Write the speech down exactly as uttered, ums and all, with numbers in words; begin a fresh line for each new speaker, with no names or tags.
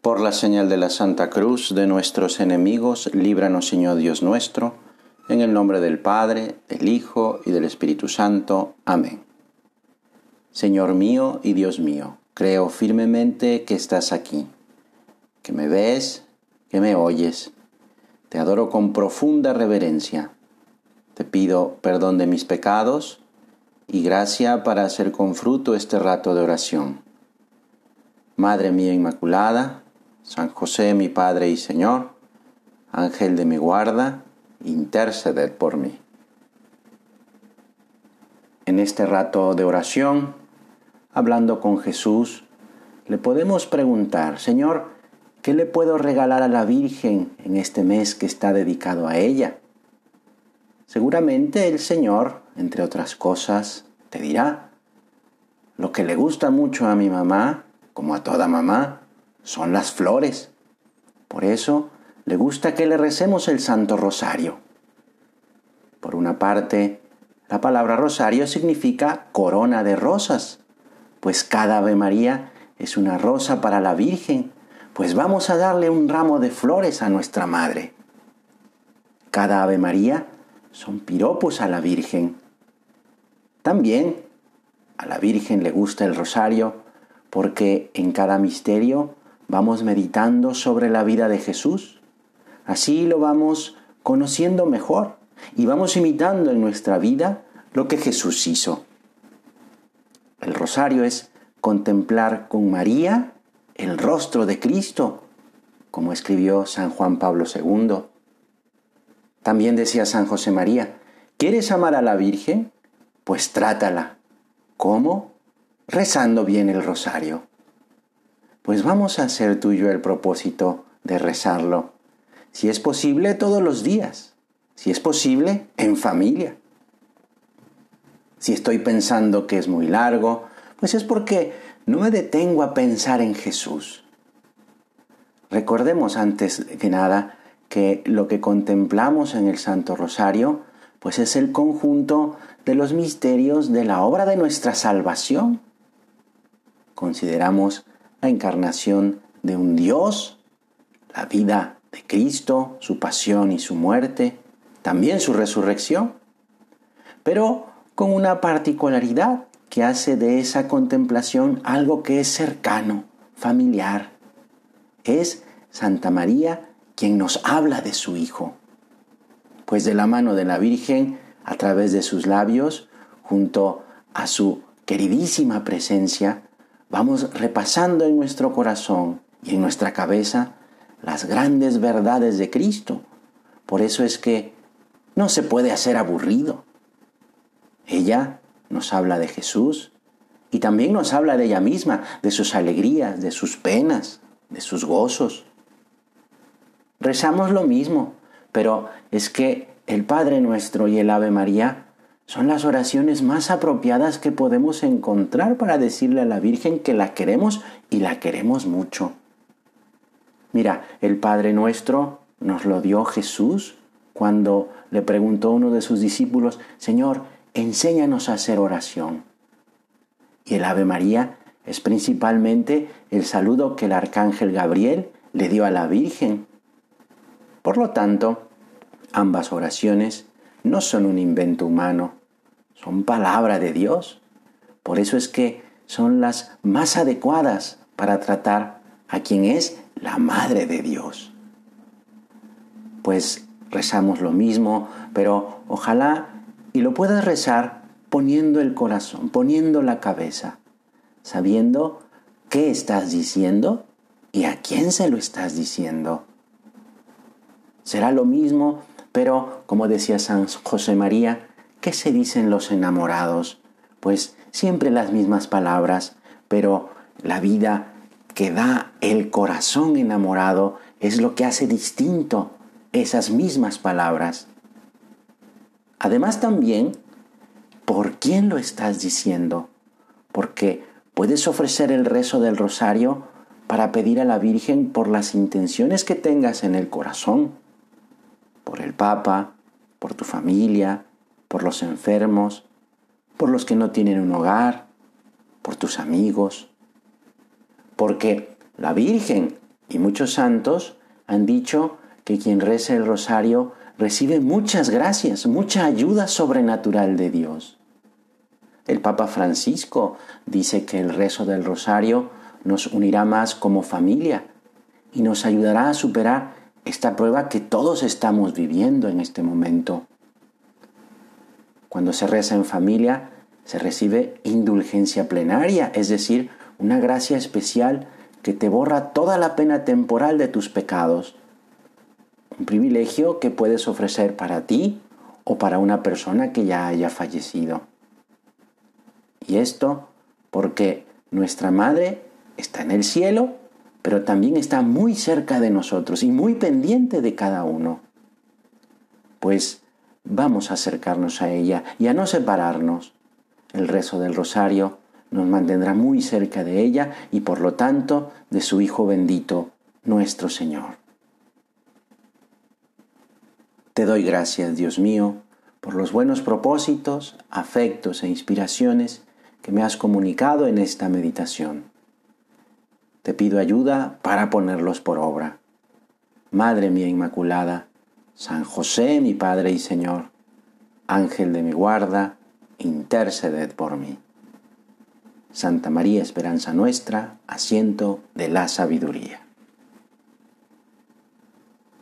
Por la señal de la Santa Cruz de nuestros enemigos, líbranos, Señor Dios nuestro, en el nombre del Padre, del Hijo y del Espíritu Santo. Amén. Señor mío y Dios mío, creo firmemente que estás aquí, que me ves, que me oyes. Te adoro con profunda reverencia. Te pido perdón de mis pecados y gracia para hacer con fruto este rato de oración. Madre mía Inmaculada, San José, mi Padre y Señor, Ángel de mi guarda, interceded por mí. En este rato de oración, hablando con Jesús, le podemos preguntar: Señor, ¿qué le puedo regalar a la Virgen en este mes que está dedicado a ella? Seguramente el Señor, entre otras cosas, te dirá: lo que le gusta mucho a mi mamá, como a toda mamá, son las flores. Por eso le gusta que le recemos el Santo Rosario. Por una parte, la palabra rosario significa corona de rosas, pues cada Ave María es una rosa para la Virgen, pues vamos a darle un ramo de flores a nuestra Madre. Cada Ave María son piropos a la Virgen. También a la Virgen le gusta el rosario porque en cada misterio vamos meditando sobre la vida de Jesús. Así lo vamos conociendo mejor y vamos imitando en nuestra vida lo que Jesús hizo. El rosario es contemplar con María el rostro de Cristo, como escribió San Juan Pablo segundo. También decía San José María: ¿quieres amar a la Virgen? Pues trátala. ¿Cómo? Rezando bien el rosario. Pues vamos a hacer tuyo el propósito de rezarlo. Si es posible, todos los días. Si es posible, en familia. Si estoy pensando que es muy largo, pues es porque no me detengo a pensar en Jesús. Recordemos antes que nada que lo que contemplamos en el Santo Rosario, pues es el conjunto de los misterios de la obra de nuestra salvación. Consideramos la encarnación de un Dios, la vida de Cristo, su pasión y su muerte, también su resurrección, pero con una particularidad que hace de esa contemplación algo que es cercano, familiar. Es Santa María quien nos habla de su Hijo, pues de la mano de la Virgen, a través de sus labios, junto a su queridísima presencia, vamos repasando en nuestro corazón y en nuestra cabeza las grandes verdades de Cristo. Por eso es que no se puede hacer aburrido. Ella nos habla de Jesús y también nos habla de ella misma, de sus alegrías, de sus penas, de sus gozos. Rezamos lo mismo, pero es que el Padre Nuestro y el Ave María son las oraciones más apropiadas que podemos encontrar para decirle a la Virgen que la queremos y la queremos mucho. Mira, el Padre Nuestro nos lo dio Jesús cuando le preguntó a uno de sus discípulos: Señor, enséñanos a hacer oración. Y el Ave María es principalmente el saludo que el arcángel Gabriel le dio a la Virgen. Por lo tanto, ambas oraciones no son un invento humano, son palabra de Dios. Por eso es que son las más adecuadas para tratar a quien es la Madre de Dios. Pues rezamos lo mismo, pero ojalá y lo puedas rezar poniendo el corazón, poniendo la cabeza, sabiendo qué estás diciendo y a quién se lo estás diciendo. Será lo mismo, pero como decía San José María, ¿qué se dicen los enamorados? Pues siempre las mismas palabras, pero la vida que da el corazón enamorado es lo que hace distinto esas mismas palabras. Además también, ¿por quién lo estás diciendo? Porque puedes ofrecer el rezo del rosario para pedir a la Virgen por las intenciones que tengas en el corazón. Por el Papa, por tu familia, por los enfermos, por los que no tienen un hogar, por tus amigos. Porque la Virgen Y muchos santos han dicho que quien reza el rosario recibe muchas gracias, mucha ayuda sobrenatural de Dios. El Papa Francisco dice que el rezo del rosario nos unirá más como familia y nos ayudará a superar esta prueba que todos estamos viviendo en este momento. Cuando se reza en familia, se recibe indulgencia plenaria, es decir, una gracia especial que te borra toda la pena temporal de tus pecados. Un privilegio que puedes ofrecer para ti o para una persona que ya haya fallecido. Y esto porque nuestra Madre está en el cielo, pero también está muy cerca de nosotros y muy pendiente de cada uno. Pues vamos a acercarnos a ella y a no separarnos. El rezo del rosario nos mantendrá muy cerca de ella y por lo tanto de su Hijo bendito, nuestro Señor. Te doy gracias, Dios mío, por los buenos propósitos, afectos e inspiraciones que me has comunicado en esta meditación. Te pido ayuda para ponerlos por obra. Madre mía Inmaculada, San José, mi Padre y Señor, Ángel de mi guarda, interceded por mí. Santa María, esperanza nuestra, asiento de la sabiduría.